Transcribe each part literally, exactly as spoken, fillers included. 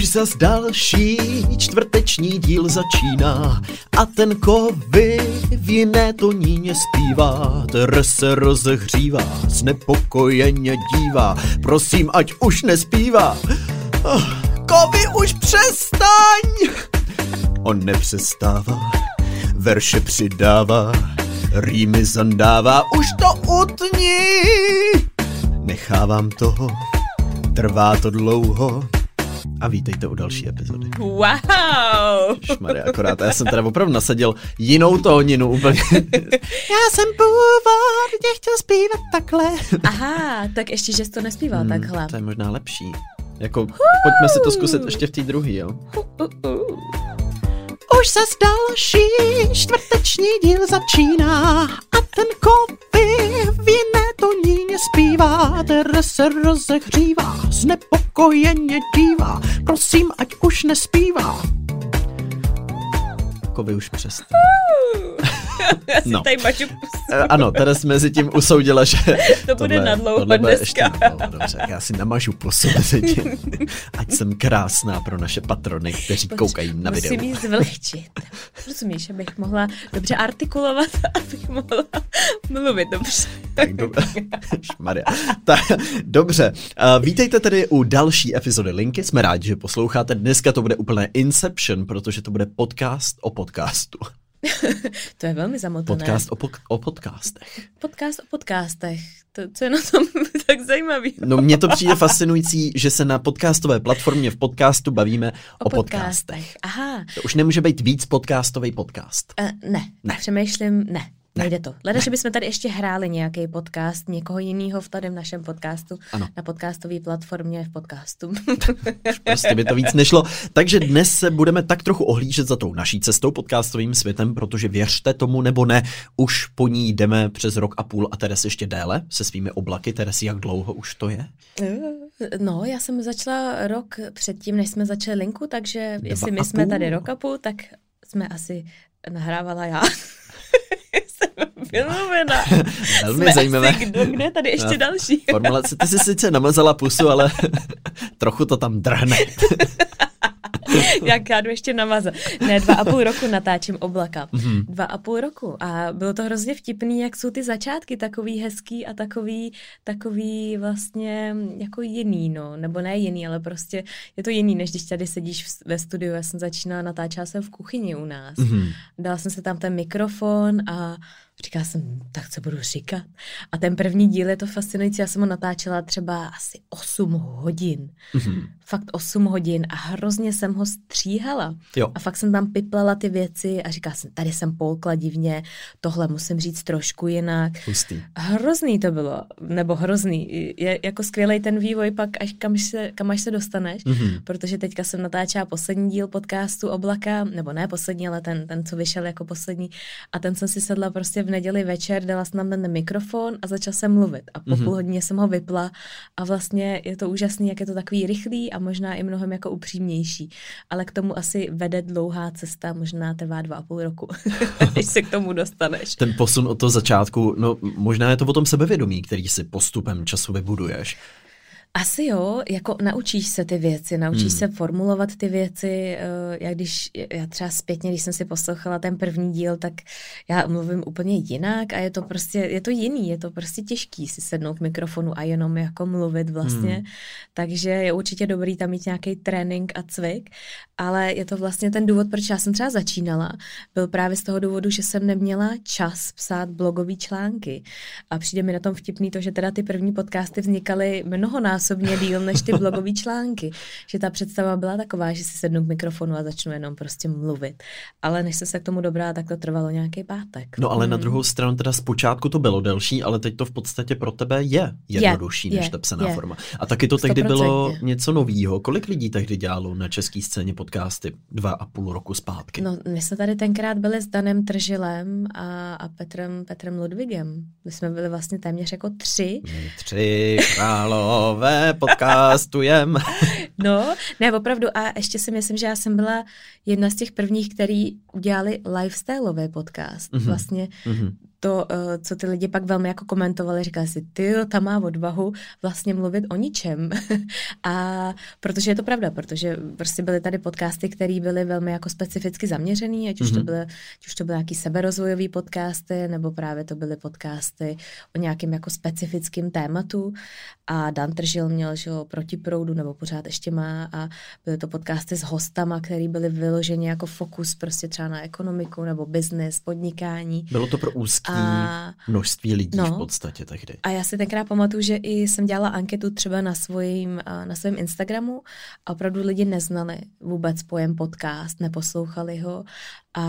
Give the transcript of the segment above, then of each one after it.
Už zas další čtvrteční díl začíná a ten kovy v jiné toníně zpívá. Ter se rozehřívá, znepokojeně dívá, prosím, ať už nespívá. Oh, kovy, už přestaň! On nepřestává, verše přidává, rýmy zandává, už to utni! Nechávám toho, trvá to dlouho a vítejte u další epizody. Wow! Šmarja, akorát, já jsem teda opravdu nasadil jinou tóninu úplně. Já jsem původně chtěl zpívat takhle. Aha, tak ještě, že jsi to nespíval hmm, takhle. To je možná lepší. Jako, uh, pojďme si to zkusit ještě v té druhé, jo? Uh, uh, uh. Už zas další čtvrteční díl začíná a ten kovy v jiné toníně zpívá. Ter se rozehřívá, znepokojeně dívá, prosím, ať už nespívá. Kovy, už přestaň. Já si no. tady maču pusu. Ano, teda jsme mezi tím usoudila, že to bude nadlouho dneska. Nadlouho, dobře, já si namažu pusu mezi tím. Ať jsem krásná pro naše patrony, kteří Poč, koukají na video. Musím jí zvlehčit. Rozumíš, abych mohla dobře artikulovat, abych mohla mluvit dobře. Tak do... Šmarja. Tak, dobře, uh, vítejte tedy u další epizody Linky. Jsme rádi, že posloucháte. Dneska to bude úplné Inception, protože to bude podcast o podcastu. To je velmi zamotané. Podcast o, po- o podcastech. Podcast o podcastech. To, co je na tom tak zajímavý. No mně to přijde fascinující, že se na podcastové platformě v podcastu bavíme o, o podcastech. podcastech. Aha. To už nemůže být víc podcastový podcast. Uh, ne, ne. Přemýšlím, ne. Nejde to. Leda, že bychom tady ještě hráli nějaký podcast, někoho jiného v tady v našem podcastu, ano. Na podcastové platformě v podcastu. Prostě by to víc nešlo. Takže dnes se budeme tak trochu ohlížet za tou naší cestou podcastovým světem, protože věřte tomu nebo ne, už po ní jdeme přes rok a půl a Teres ještě déle se svými oblaky. Teres, jak dlouho už to je? No, já jsem začala rok předtím, než jsme začali Linku, takže Dva jestli my jsme tady rok a půl, tak jsme asi nahrávala já. Filmovina. Velmi jsme zajímavé. Asi, kdo, kde je tady ještě další? Formulace, ty jsi sice namazala pusu, ale trochu to tam drhne. Jak já jdu ještě namazat. Ne, dva a půl roku natáčím Oblaka. Mm-hmm. Dva a půl roku. A bylo to hrozně vtipný, jak jsou ty začátky takový hezký a takový, takový vlastně jako jiný, no. Nebo ne jiný, ale prostě je to jiný, než když tady sedíš ve studiu. Já jsem začínala, natáčela jsem v kuchyni u nás. Mm-hmm. Dala jsem se tam ten mikrofon a říkala jsem, tak co budu říkat? A ten první díl je to fascinující, já jsem ho natáčela třeba asi osm hodin. Mm-hmm. Fakt osm hodin a hrozně jsem ho stříhala. Jo. A fakt jsem tam piplala ty věci a říkala jsem, tady jsem polkla divně, tohle musím říct trošku jinak. Hustý. Hrozný to bylo, nebo hrozný. Je jako skvělej ten vývoj pak, až kam, se, kam až se dostaneš, mm-hmm. protože teďka jsem natáčela poslední díl podcastu Oblaka, nebo ne poslední, ale ten, ten, co vyšel jako poslední a ten jsem si sedla prostě v neděli večer, dala jsem tam ten mikrofon a začala jsem mluvit. A po mm-hmm. půl hodině jsem ho vypla a vlastně je to úžasný, jak je to takový rychlý a možná i mnohem jako upřímnější. Ale k tomu asi vede dlouhá cesta, možná trvá dva a půl roku, než se k tomu dostaneš. Ten posun od toho začátku, no možná je to o tom sebevědomí, který si postupem času vybuduješ. Asi jo, jako naučíš se ty věci, naučíš hmm. se formulovat ty věci, já když, já třeba zpětně, když jsem si poslouchala ten první díl, tak já mluvím úplně jinak a je to prostě, je to jiný, je to prostě těžký si sednout k mikrofonu a jenom jako mluvit vlastně, hmm. takže je určitě dobrý tam mít nějaký trénink a cvik, ale je to vlastně ten důvod, proč já jsem třeba začínala, byl právě z toho důvodu, že jsem neměla čas psát blogový články a přijde mi na tom vtipný to, že teda ty první podcasty vznikaly mnohonásobně osobně díl než ty blogové články. Že ta představa byla taková, že si sednu k mikrofonu a začnu jenom prostě mluvit. Ale než jsem se k tomu dobrá, tak to trvalo nějaký pátek. No ale hmm. na druhou stranu teda zpočátku to bylo delší, ale teď to v podstatě pro tebe je jednodušší je, než je, ta psaná je. forma. A taky to tehdy bylo něco novýho. Kolik lidí tehdy dělalo na české scéně podcasty dva a půl roku zpátky? No my jsme tady tenkrát byli s Danem Tržilem a, a Petrem, Petrem Ludvigem. My jsme byli vlastně téměř jako tři. My tři králové podcastujem. No, ne, opravdu. A ještě si myslím, že já jsem byla jedna z těch prvních, který udělali lifestyleový podcast. Mm-hmm. Vlastně mm-hmm. to, co ty lidi pak velmi jako komentovali, říkali si, ty ta má odvahu vlastně mluvit o ničem. A protože je to pravda, protože prostě byly tady podcasty, které byly velmi jako specificky zaměřený, ať už mm-hmm. to byly, ať už to byly nějaký seberozvojový podcasty, nebo právě to byly podcasty o nějakém jako specifickém tématu. A Dan Tržil měl, že jo, Proti proudu, nebo pořád ještě má, a byly to podcasty s hostama, které byly vyloženě jako fokus prostě třeba na ekonomiku nebo biznis, podnikání. Bylo to pro úzký a... množství lidí no, v podstatě tehdy. A já si tenkrát pamatuju, že i jsem dělala anketu třeba na svým, na svém Instagramu a opravdu lidi neznali vůbec pojem podcast, neposlouchali ho a,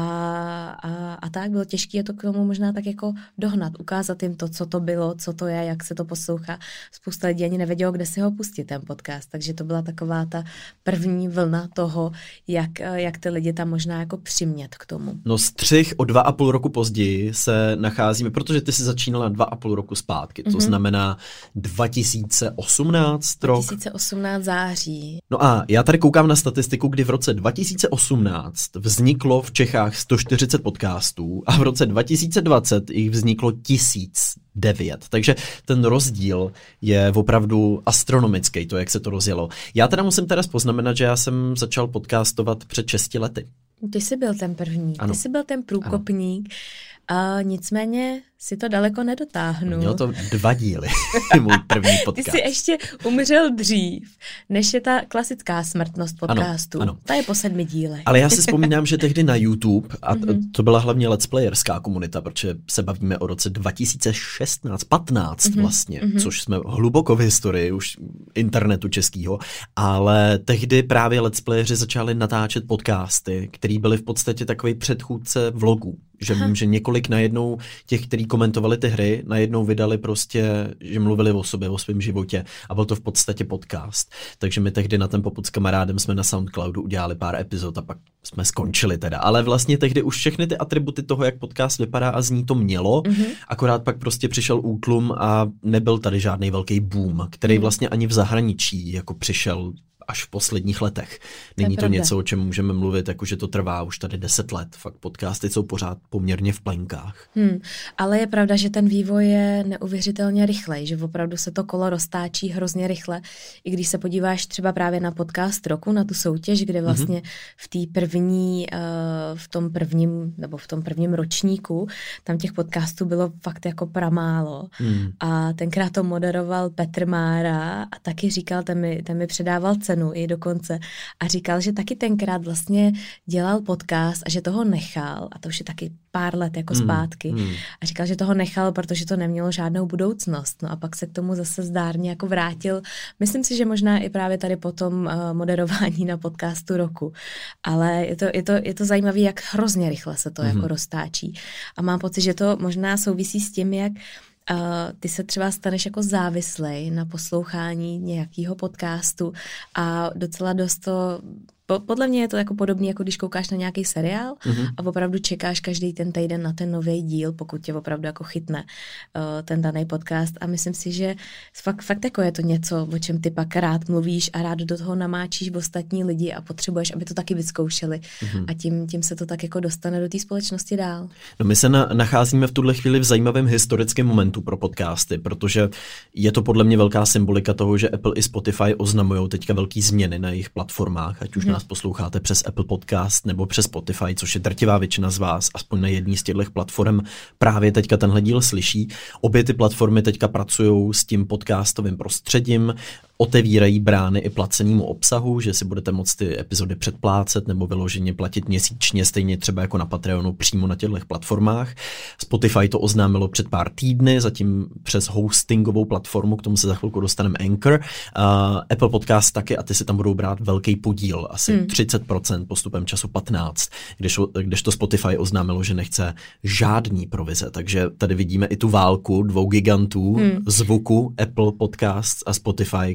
a, a tak bylo těžké je to k tomu možná tak jako dohnat, ukázat jim to, co to bylo, co to je, jak se to poslouchá. Spousta lidí ani nevědělo, kde si ho pustit, ten podcast, takže to byla taková ta první vlna toho, jak, jak ty lidi tam možná jako přimět k tomu. No střih o dva a půl roku později se nacházíme, protože ty jsi začínala dva a půl roku zpátky, to mm-hmm. znamená dva tisíce osmnáct rok. dva tisíce osmnáct září. No a já tady koukám na statistiku, kdy v roce dva tisíce osmnáct vzniklo v Čechách sto čtyřicet podcastů a v roce dva tisíce dvacet jich vzniklo tisíc devět. Takže ten rozdíl je opravdu astronomický, to, jak se to rozjelo. Já teda musím teda poznamenat, že já jsem začal podcastovat před šesti lety. Ty jsi byl ten první, ano. Ty jsi byl ten průkopník. Ano. A nicméně si to daleko nedotáhnu. Mělo to dva díly, můj první podcast. Ty jsi ještě umřel dřív, než je ta klasická smrtnost podcastu. Ano, ano. Ta je po sedmi dílech. Ale já si vzpomínám, že tehdy na YouTube, a to byla hlavně let's playerská komunita, protože se bavíme o roce dva tisíce šestnáct, patnáct mm-hmm. vlastně, mm-hmm. což jsme hluboko v historii už internetu českého, ale tehdy právě let's playeři začali natáčet podcasty, které byly v podstatě takový předchůdce vlogů. Že vím, že několik najednou těch, kteří komentovali ty hry, najednou vydali prostě, že mluvili o sobě, o svém životě a byl to v podstatě podcast. Takže my tehdy na ten Popud s kamarádem jsme na Soundcloudu udělali pár epizod a pak jsme skončili teda. Ale vlastně tehdy už všechny ty atributy toho, jak podcast vypadá a zní, to mělo, mm-hmm. akorát pak prostě přišel útlum a nebyl tady žádný velký boom, který mm. vlastně ani v zahraničí jako přišel až v posledních letech. Není to, to něco, o čem můžeme mluvit, jako že to trvá už tady deset let. Fakt podcasty jsou pořád poměrně v plenkách. Hmm, ale je pravda, že ten vývoj je neuvěřitelně rychlej, že opravdu se to kolo roztáčí hrozně rychle. I když se podíváš třeba právě na podcast roku, na tu soutěž, kde vlastně mm-hmm. v té první, uh, v tom prvním, nebo v tom prvním ročníku, tam těch podcastů bylo fakt jako pramálo. Hmm. A tenkrát to moderoval Petr Mára a taky říkal, ten mi, ten mi předával cenu i dokonce a říkal, že taky tenkrát vlastně dělal podcast a že toho nechal, a to už je taky pár let jako mm, zpátky, mm. a říkal, že toho nechal, protože to nemělo žádnou budoucnost. No a pak se k tomu zase zdárně jako vrátil. Myslím si, že možná i právě tady po tom uh, moderování na podcastu roku. Ale je to, je to, je to zajímavé, jak hrozně rychle se to mm. jako roztáčí. A mám pocit, že to možná souvisí s tím, jak Uh, ty se třeba staneš jako závislej na poslouchání nějakého podcastu a docela dost to, po, podle mě je to jako podobný, jako když koukáš na nějaký seriál mm-hmm. a opravdu čekáš každý ten týden na ten nový díl, pokud tě opravdu jako chytne uh, ten daný podcast, a myslím si, že fakt, fakt jako je to něco, o čem ty pak rád mluvíš a rád do toho namáčíš ostatní lidi a potřebuješ, aby to taky vyzkoušeli mm-hmm. a tím, tím se to tak jako dostane do té společnosti dál. No my se na, nacházíme v tuhle chvíli v zajímavém historickém momentu pro podcasty, protože je to podle mě velká symbolika toho, že Apple i Spotify oznamujou teďka velký změny na jejich platformách, ať už mm-hmm. nás posloucháte přes Apple Podcast nebo přes Spotify, což je drtivá většina z vás, aspoň na jedný z těchto platform právě teďka tenhle díl slyší. Obě ty platformy teďka pracují s tím podcastovým prostředím, otevírají brány i placenému obsahu, že si budete moct ty epizody předplácet nebo vyloženě platit měsíčně, stejně třeba jako na Patreonu přímo na těchto platformách. Spotify to oznámilo před pár týdny, zatím přes hostingovou platformu, k tomu se za chvilku dostaneme Anchor. Uh, Apple Podcast taky, a ty si tam budou brát velký podíl, asi hmm. třicet procent, postupem času patnáct procent, když, kdežto Spotify oznámilo, že nechce žádný provize. Takže tady vidíme i tu válku dvou gigantů hmm. zvuku, Apple Podcasts a Spotify,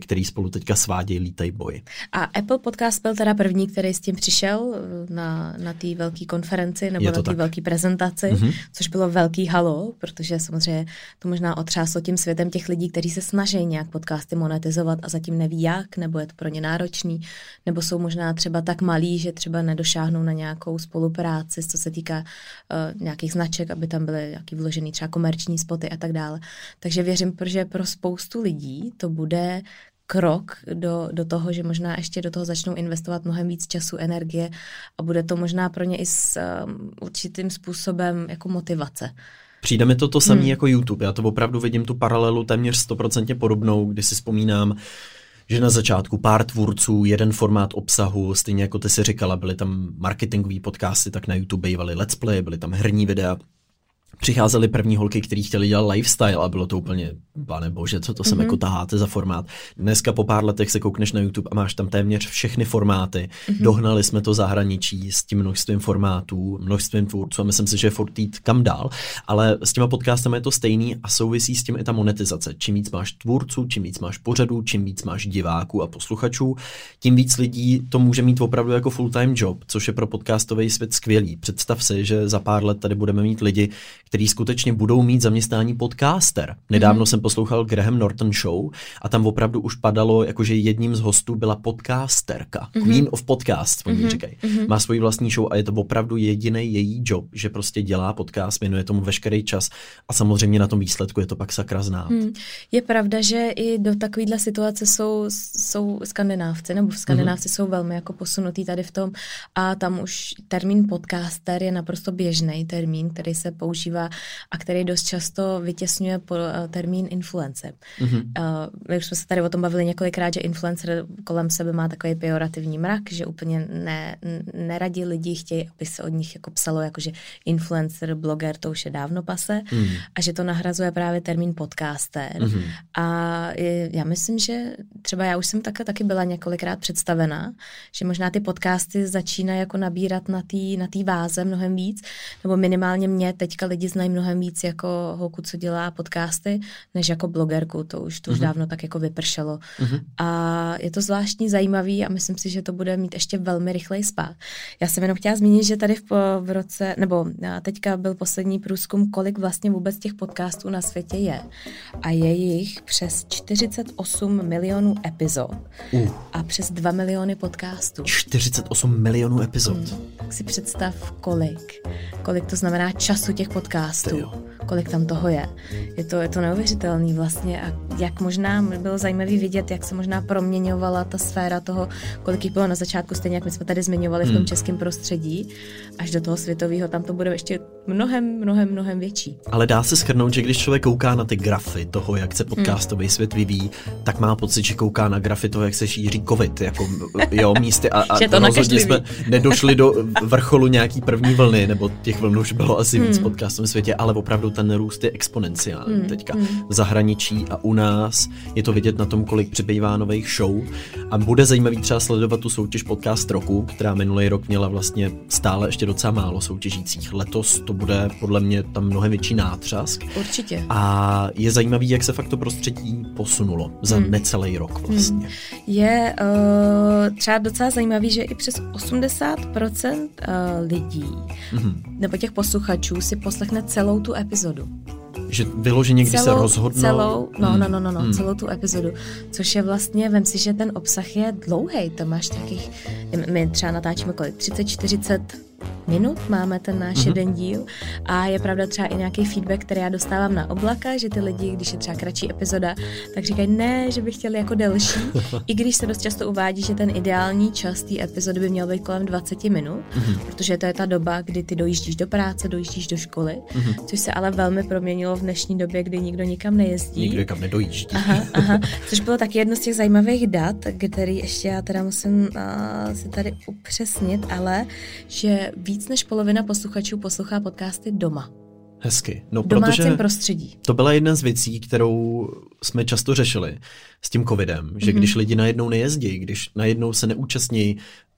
který spolu teďka svádějí Lítej boj. A Apple Podcast byl teda první, který s tím přišel na, na té velké konferenci nebo na té velké prezentaci, mm-hmm. což bylo velký halo, protože samozřejmě to možná otřáslo tím světem těch lidí, kteří se snaží nějak podcasty monetizovat a zatím neví jak, nebo je to pro ně náročný, nebo jsou možná třeba tak malí, že třeba nedošáhnou na nějakou spolupráci, co se týká uh, nějakých značek, aby tam byly nějaký vložený třeba komerční spoty a tak dále. Takže věřím, že pro spoustu lidí to bude krok do, do toho, že možná ještě do toho začnou investovat mnohem víc času, energie a bude to možná pro ně i s um, určitým způsobem jako motivace. Přijde mi to to samé hmm. jako YouTube. Já to opravdu vidím tu paralelu téměř stoprocentně podobnou, kdy si vzpomínám, že na začátku pár tvůrců, jeden formát obsahu, stejně jako ty si říkala, byly tam marketingový podcasty, tak na YouTube bývaly let's play, byly tam herní videa. Přicházely první holky, kteří chtěli dělat lifestyle a bylo to úplně, pane bože, co to sem mm-hmm. jako taháte za formát. Dneska po pár letech se koukneš na YouTube a máš tam téměř všechny formáty. Mm-hmm. Dohnali jsme to zahraničí s tím množstvím formátů, množstvím tvůrců a myslím si, že je furt jít kam dál. Ale s těma podcastama je to stejný a souvisí s tím i ta monetizace. Čím víc máš tvůrců, čím víc máš pořadů, čím víc máš diváků a posluchačů, tím víc lidí to může mít opravdu jako full-time job, což je pro podcastový svět skvělý. Představ si, že za pár let tady budeme mít lidi, který skutečně budou mít zaměstnání podcaster. Nedávno mm. jsem poslouchal Graham Norton Show a tam opravdu už padalo, jakože jedním z hostů byla podcasterka. Mm. Queen of Podcasts, oni mm. říkají. Mm. Má svoji vlastní show a je to opravdu jediný její job, že prostě dělá podcast, věnuje tomu veškerý čas a samozřejmě na tom výsledku je to pak sakra znát. Mm. Je pravda, že i do takovýhle situace jsou, jsou skandinávci, nebo skandinávci mm. jsou velmi jako posunutý tady v tom a tam už termín podcaster je naprosto běžný termín, který se používá a který dost často vytěsňuje po, uh, termín influencer. Mm-hmm. Uh, my už jsme se tady o tom bavili několikrát, že influencer kolem sebe má takový pejorativní mrak, že úplně ne, neradi lidi chtějí, aby se od nich jako psalo, jakože influencer, bloger, to už je dávno pase mm. a že to nahrazuje právě termín podcaster. Mm-hmm. A je, já myslím, že třeba já už jsem takhle taky byla několikrát představena, že možná ty podcasty začínají jako nabírat na té na té váze mnohem víc, nebo minimálně mě teďka lidi znají mnohem víc jako holku, co dělá podcasty, než jako blogerku. To už, to už mm-hmm. dávno tak jako vypršelo. Mm-hmm. A je to zvláštní zajímavý a myslím si, že to bude mít ještě velmi rychlej spát. Já jsem jenom chtěla zmínit, že tady v, v roce, nebo teďka byl poslední průzkum, kolik vlastně vůbec těch podcastů na světě je. A je jich přes čtyřicet osm milionů epizod uh. a přes dva miliony podcastů. čtyřicet osm milionů epizod. Hmm. Tak si představ, kolik. Kolik to znamená času těch podcastů. Kolik tam toho je. Je to, je to neuvěřitelný vlastně a jak možná bylo zajímavý vidět, jak se možná proměňovala ta sféra toho, kolik jich bylo na začátku, stejně jak my jsme tady zmiňovali hmm. v tom českém prostředí, až do toho světového, tam to bude ještě mnohem, mnohem, mnohem větší. Ale dá se shrnout, že když člověk kouká na ty grafy toho, jak se podcastový hmm. svět vyvíjí, tak má pocit, že kouká na grafy toho, jak se šíří covid, jako jo, místy a, a rozhodně jsme nedošli do vrcholu nějaký první vlny, nebo těch vln už bylo asi hmm. víc v podcastovém světě, ale opravdu ten růst je exponenciální hmm. teďka. Hmm. V zahraničí a u nás je to vidět na tom, kolik přibývá nových show a bude zajímavý třeba sledovat tu soutěž Podcast roku, která minulý rok měla vlastně stále ještě docela málo soutěžících. Letos to bude podle mě tam mnohem větší nátřask. Určitě. A je zajímavý, jak se fakt to prostředí posunulo za hmm. necelý rok vlastně. Hmm. Je uh, třeba docela zajímavý, že i přes osmdesát procent uh, lidí hmm. nebo těch posluchačů si poslechne celou tu epizodu. Že vyloženě, když se rozhodnou... Celou, no, no, no, no, no hmm. celou tu epizodu. Což je vlastně, vem si, že ten obsah je dlouhej. To máš takých, my třeba natáčíme kolik, třicet čtyřicet minut máme ten náš mm-hmm. jeden díl a je pravda třeba i nějaký feedback, který já dostávám na Oblaka, že ty lidi, když je třeba kratší epizoda, tak říkají ne, že by chtěli jako delší, i když se dost často uvádí, že ten ideální čas té epizody by měl být kolem dvacet minut, mm-hmm. protože to je ta doba, kdy ty dojíždíš do práce, dojíždíš do školy, mm-hmm. což se ale velmi proměnilo v dnešní době, kdy nikdo nikam nejezdí. Nikdo nikam nedojíždí. Aha, aha, což bylo taky jedno z těch zajímavých dat, který ještě já teda musím uh, si tady upřesnit, ale že víc než polovina posluchačů poslouchá podcasty doma. Hezky. No, v domácím protože prostředí. To byla jedna z věcí, kterou jsme často řešili s tím covidem, že mm-hmm. když lidi najednou nejezdí, když najednou se neúčastní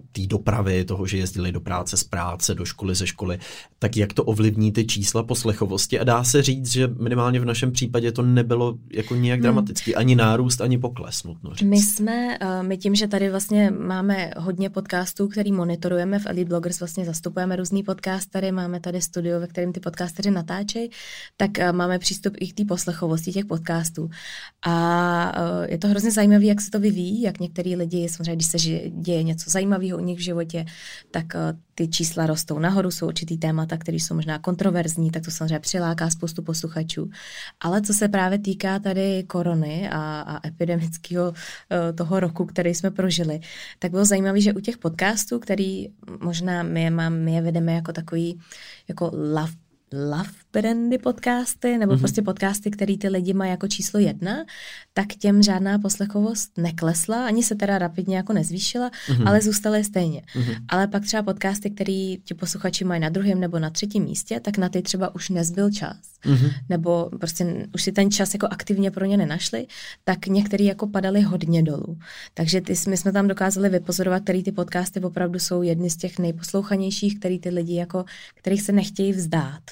té dopravy, toho, že jezdili do práce, z práce, do školy, ze školy, tak jak to ovlivní ty čísla poslechovosti a dá se říct, že minimálně v našem případě to nebylo jako nijak hmm. dramatický, ani nárůst, ani pokles, nutno říct. My jsme, my tím, že tady vlastně máme hodně podcastů, který monitorujeme, v Elite Bloggers vlastně zastupujeme různý podcastery, máme tady studio, ve kterém ty podcastery natáčejí, tak máme přístup i k té poslechovosti těch podcastů. A je to hrozně zajímavé, jak se to vyvíjí, jak některý lidi, samozřejmě, když se děje něco zajímavého u nich v životě, tak ty čísla rostou nahoru, jsou určitý témata, které jsou možná kontroverzní, tak to samozřejmě přiláká spoustu posluchačů. Ale co se právě týká tady korony a, a epidemického toho roku, který jsme prožili, tak bylo zajímavé, že u těch podcastů, který možná my je, mám, my je vedeme jako takový jako love love brandy podcasty, nebo mm-hmm. prostě podcasty, který ty lidi mají jako číslo jedna, tak těm žádná poslechovost neklesla, ani se teda rapidně jako nezvýšila, mm-hmm. ale zůstaly stejně. Mm-hmm. Ale pak třeba podcasty, který ti posluchači mají na druhém nebo na třetím místě, tak na ty třeba už nezbyl čas. Mm-hmm. Nebo prostě už si ten čas jako aktivně pro ně nenašli, tak některý jako padaly hodně dolů. Takže ty, my jsme tam dokázali vypozorovat, který ty podcasty opravdu jsou jedny z těch nejposlouchanějších, který ty lidi jako, kterých se nechtějí vzdát.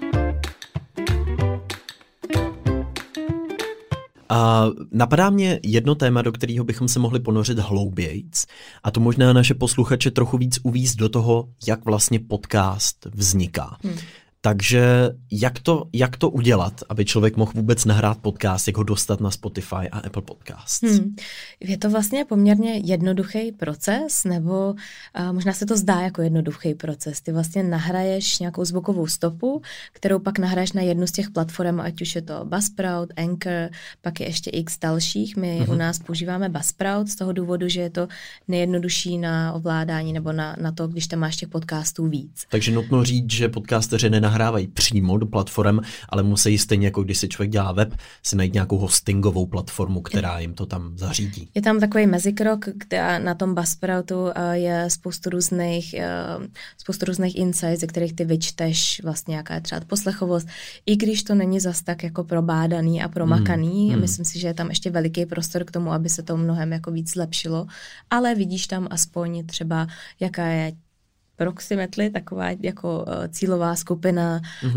A napadá mě jedno téma, do kterého bychom se mohli ponořit hloubějc, a to možná naše posluchače trochu víc uvízt do toho, jak vlastně podcast vzniká. Hmm. Takže jak to, jak to udělat, aby člověk mohl vůbec nahrát podcast, jak ho dostat na Spotify a Apple Podcasts? Hmm. Je to vlastně poměrně jednoduchý proces, nebo uh, možná se to zdá jako jednoduchý proces. Ty vlastně nahraješ nějakou zvukovou stopu, kterou pak nahraješ na jednu z těch platform, ať už je to Buzzsprout, Anchor, pak je ještě x dalších. My uh-huh. u nás používáme Buzzsprout z toho důvodu, že je to nejjednodušší na ovládání nebo na, na to, když tam máš těch podcastů víc. Takže nutno říct, že podcasteři nenahrávají nahrávají přímo do platform, ale musí stejně jako když si člověk dělá web, si najít nějakou hostingovou platformu, která jim to tam zařídí. Je tam takový mezikrok, kde na tom Buzzsproutu je spoustu různých, spoustu různých insights, ze kterých ty vyčteš vlastně, jaká je třeba poslechovost, i když to není zas tak jako probádaný a promakaný. Hmm. Myslím si, že je tam ještě veliký prostor k tomu, aby se to mnohem jako víc zlepšilo, ale vidíš tam aspoň třeba, jaká je proximately, taková jako uh, cílová skupina, mm-hmm.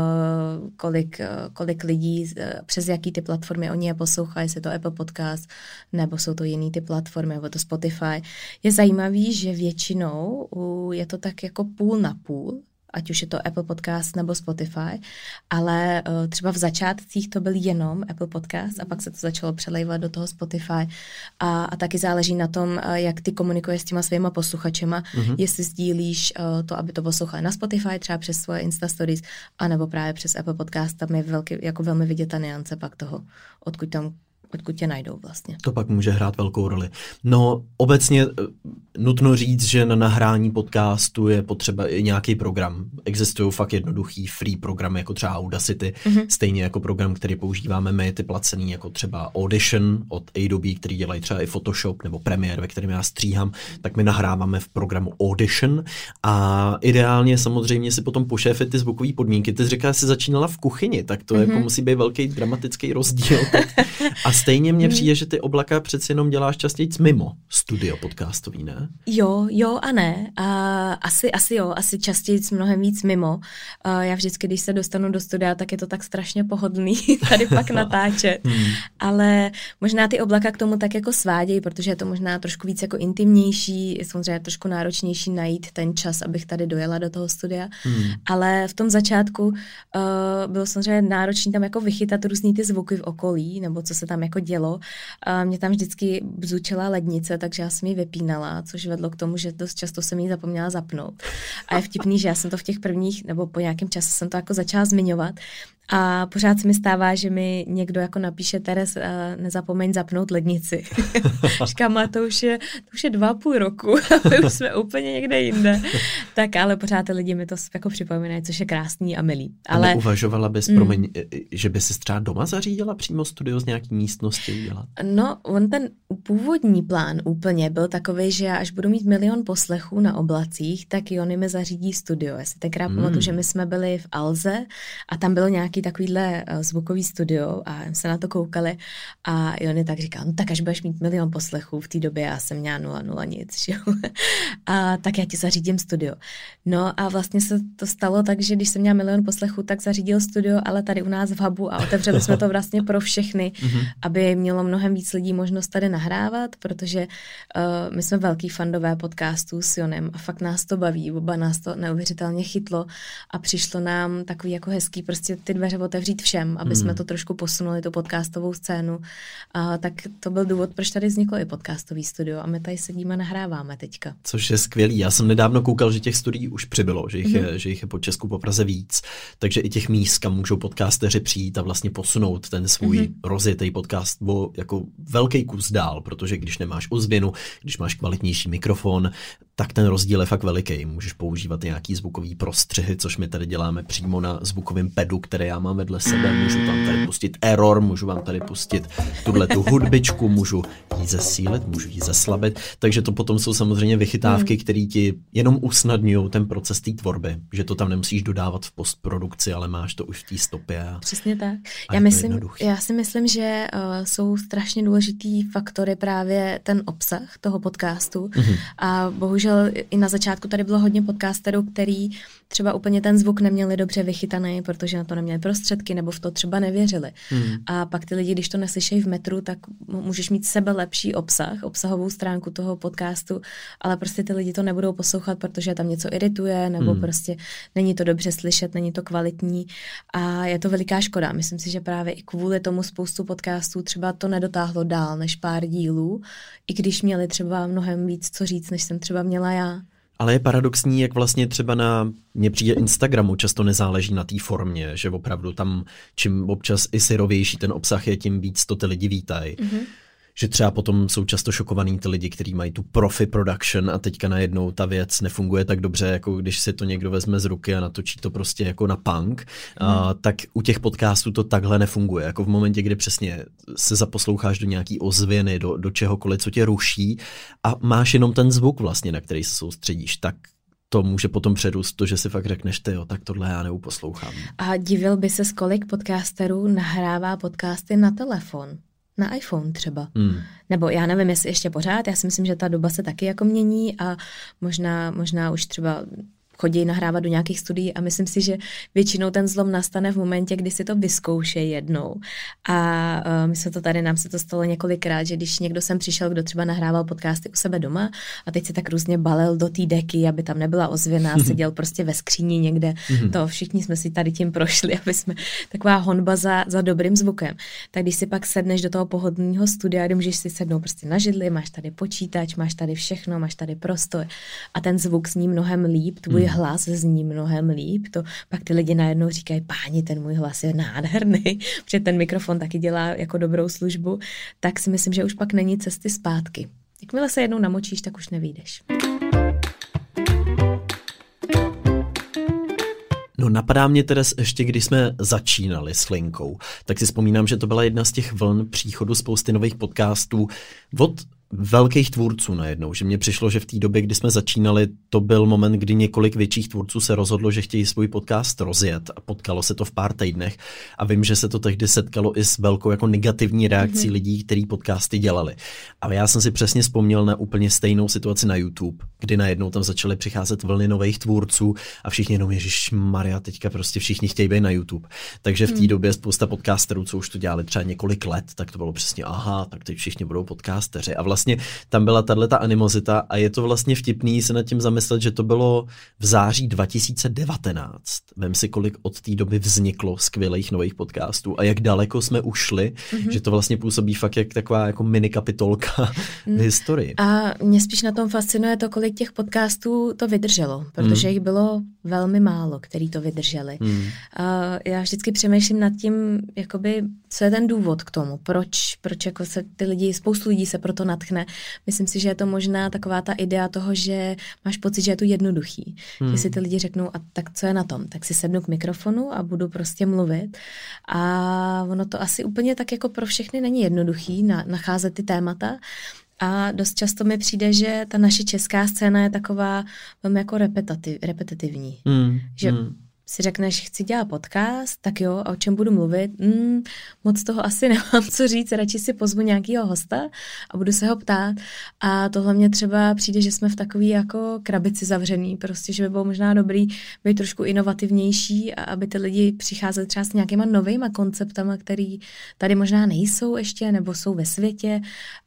uh, kolik, uh, kolik lidí, uh, přes jaký ty platformy oni je poslouchají, jestli je to Apple Podcast, nebo jsou to jiný ty platformy, nebo to Spotify. Je zajímavý, že většinou uh, je to tak jako půl na půl, ať už je to Apple Podcast nebo Spotify, ale uh, třeba v začátcích to byl jenom Apple Podcast a pak se to začalo přelejvat do toho Spotify a, a taky záleží na tom, uh, jak ty komunikuješ s těma svýma posluchačema, mm-hmm. jestli sdílíš uh, to, aby to poslouchali na Spotify, třeba přes svoje Insta Stories, anebo právě přes Apple Podcast, tam je velký, jako velmi vidět ta nuance pak toho, odkud tam odkud tě najdou vlastně. To pak může hrát velkou roli. No obecně nutno říct, že na nahrání podcastu je potřeba i nějaký program. Existují fakt jednoduchý free programy, jako třeba Audacity, mm-hmm. stejně jako program, který používáme my, ty placený, jako třeba Audition od Adobe, který dělají třeba i Photoshop nebo Premiere, ve kterém já stříhám, tak my nahráváme v programu Audition a ideálně samozřejmě si potom pošéfit ty zvukové podmínky. Ty jsi říkala, že jsi začínala v kuchyni, tak to mm-hmm. jako musí být velký dramatický rozdíl. A stejně mně přijde, že ty oblaka přeci jenom děláš častěji mimo studio podcastový, ne? Jo, jo a ne. A asi, asi jo, asi častěji mnohem víc mimo. A já vždycky, když se dostanu do studia, tak je to tak strašně pohodlný tady pak natáčet. hmm. Ale možná ty oblaka k tomu tak jako svádějí, protože je to možná trošku víc jako intimnější, samozřejmě trošku náročnější najít ten čas, abych tady dojela do toho studia. Hmm. Ale v tom začátku uh, bylo samozřejmě náročné tam jako vychytat různý ty zvuky v okolí, nebo co se tam jako dělo. A mě tam vždycky bzučela lednice, takže já jsem ji vypínala, což vedlo k tomu, že dost často jsem ji zapomněla zapnout. A je vtipný, že já jsem to v těch prvních, nebo po nějakém čase jsem to jako začala zmiňovat. A pořád se mi stává, že mi někdo jako napíše: Teres, nezapomeň zapnout lednici. Říkám, a to už je, to už je dva a půl roku a my už jsme úplně někde jinde. Tak ale pořád ty lidi mi to jako připomínají, což je krásný a milý. Ale... A neuvažovala bys, mm. promiň, že by si třeba doma zařídila přímo studio z nějaký místnosti udělat? No, on ten původní plán úplně byl takový, že já až budu mít milion poslechů na oblacích, tak Jony mi zařídí studio. Já si tenkrát mm. pamatuju, že my jsme byli v Alze a tam bylo nějaký nějaký takovýhle zvukový studio a se na to koukali a Jony tak říkal, no tak až budeš mít milion poslechů, v té době já jsem měla nula, nula nic, že? A tak já ti zařídím studio. No a vlastně se to stalo tak, že když jsem měla milion poslechů, tak zařídil studio, ale tady u nás v Hubu a otevřeli jsme to vlastně pro všechny, aby mělo mnohem víc lidí možnost tady nahrávat, protože uh, my jsme velký fandové podcastů s Jonem a fakt nás to baví, oba nás to neuvěřitelně chytlo a přišlo nám takový jako hezký prostě ty dveře otevřít všem, aby mm. jsme to trošku posunuli, tu podcastovou scénu. A tak to byl důvod, proč tady vzniklo i podcastový studio a my tady sedíme a nahráváme teďka. Což je skvělý. Já jsem nedávno koukal, že těch studií už přibylo, že jich, mm. je, že jich je po Česku, po Praze víc, takže i těch míst, kam můžou podcasteři přijít a vlastně posunout ten svůj mm. rozjetý podcast o jako velký kus dál, protože když nemáš ozvěnu, když máš kvalitnější mikrofon, tak ten rozdíl je fakt veliký. Můžeš používat nějaký zvukový prostřihy, což my tady děláme přímo na zvukovém pedu, který já mám vedle sebe. Můžu tam tady pustit error, můžu vám tady pustit tuhle tu hudbičku, můžu ji zesílit, můžu ji zeslabit. Takže to potom jsou samozřejmě vychytávky, hmm. které ti jenom usnadňují ten proces té tvorby. Že to tam nemusíš dodávat v postprodukci, ale máš to už v té stopě. A, Přesně tak. Já, myslím, já si myslím, že uh, jsou strašně důležitý faktory právě ten obsah toho podcastu. Hmm. A bohužel i na začátku tady bylo hodně podcasterů, který třeba úplně ten zvuk neměli dobře vychytaný, protože na to neměli prostředky nebo v to třeba nevěřili. Hmm. A pak ty lidi, když to neslyšejí v metru, tak můžeš mít sebe lepší obsah, obsahovou stránku toho podcastu, ale prostě ty lidi to nebudou poslouchat, protože tam něco irituje nebo hmm. prostě není to dobře slyšet, není to kvalitní a je to veliká škoda. Myslím si, že právě i kvůli tomu spoustu podcastů třeba to nedotáhlo dál než pár dílů, i když měli třeba mnohem víc co říct, než jsem třeba měla já. Ale je paradoxní, jak vlastně třeba na mně přijde Instagramu často nezáleží na té formě, že opravdu tam čím občas i syrovější ten obsah je, tím víc to ty lidi vítají. Mm-hmm. Že třeba potom jsou často šokovaný ty lidi, kteří mají tu profi production a teďka najednou ta věc nefunguje tak dobře, jako když si to někdo vezme z ruky a natočí to prostě jako na punk, mm. a, tak u těch podcastů to takhle nefunguje. Jako v momentě, kdy přesně se zaposloucháš do nějaký ozvěny, do, do čehokoliv, co tě ruší a máš jenom ten zvuk vlastně, na který se soustředíš, tak to může potom přerůst to, že si fakt řekneš, ty jo, tak tohle já neuposlouchám. A divil by se, kolik podcasterů nahrává podcasty na telefon? Na iPhone třeba. Hmm. Nebo já nevím, jestli ještě pořád, já si myslím, že ta doba se taky jako mění a možná, možná už třeba chodí nahrávat do nějakých studií a myslím si, že většinou ten zlom nastane v momentě, kdy si to vyzkoušejí jednou. A uh, my se to tady, nám se to stalo několikrát, že když někdo sem přišel, kdo třeba nahrával podcasty u sebe doma a teď se tak různě balil do té deky, aby tam nebyla ozvěna, seděl prostě ve skříni někde. To všichni jsme si tady tím prošli, aby jsme taková honba za, za dobrým zvukem. Tak když si pak sedneš do toho pohodlného studia, kde můžeš si sednout prostě na židli, máš tady počítač, máš tady všechno, máš tady prostor a ten zvuk zní mnohem líp, tvůj hlas zní mnohem líp, to pak ty lidi najednou říkají, páni, ten můj hlas je nádherný, protože ten mikrofon taky dělá jako dobrou službu, tak si myslím, že už pak není cesty zpátky. Jakmile se jednou namočíš, tak už nevyjdeš. No napadá mě teda ještě, když jsme začínali s Linkou, tak si vzpomínám, že to byla jedna z těch vln příchodu spousty nových podcastů od velkých tvůrců najednou, že mně přišlo, že v té době, kdy jsme začínali, to byl moment, kdy několik větších tvůrců se rozhodlo, že chtějí svůj podcast rozjet a potkalo se to v pár týdnech a vím, že se to tehdy setkalo i s velkou jako negativní reakcí mm-hmm. lidí, kteří podcasty dělali. Ale já jsem si přesně vzpomněl na úplně stejnou situaci na YouTube, kdy najednou tam začaly přicházet vlny nových tvůrců a všichni jenom ježišmarja, teďka prostě všichni chtějí být na YouTube. Takže v té mm. době spousta podcasterů, co už to dělali třeba několik let, tak to bylo přesně aha, tak teď všichni budou podcasteři. A vlastně tam byla tato animozita a je to vlastně vtipný se nad tím zamyslet, že to bylo v září dva tisíce devatenáct. Vem si, kolik od té doby vzniklo skvělých nových podcastů a jak daleko jsme ušli, mm-hmm. že to vlastně působí fakt jak taková jako mini kapitolka mm. v historii. A mě spíš na tom fascinuje to, kolik těch podcastů to vydrželo, protože mm. jich bylo velmi málo, který to vydrželi. Mm. A já vždycky přemýšlím nad tím, jakoby, co je ten důvod k tomu, proč, proč jako se ty lidi, spoustu lidí se proto natchne. Myslím si, že je to možná taková ta idea toho, že máš pocit, že je to jednoduchý. Hmm. Že si ty lidi řeknou, a tak co je na tom? Tak si sednu k mikrofonu a budu prostě mluvit. A ono to asi úplně tak jako pro všechny není jednoduchý na, nacházet ty témata. A dost často mi přijde, že ta naše česká scéna je taková velmi jako repetitiv, repetitivní. Hmm. Že hmm. si řekneš, chci dělat podcast, tak jo, a o čem budu mluvit? Mm, moc toho asi nemám co říct, radši si pozvu nějakýho hosta a budu se ho ptát. A tohle mě třeba přijde, že jsme v takový jako krabici zavřený, prostě, že by bylo možná dobrý být trošku inovativnější a aby ty lidi přicházeli třeba s nějakýma novejma konceptama, který tady možná nejsou ještě, nebo jsou ve světě,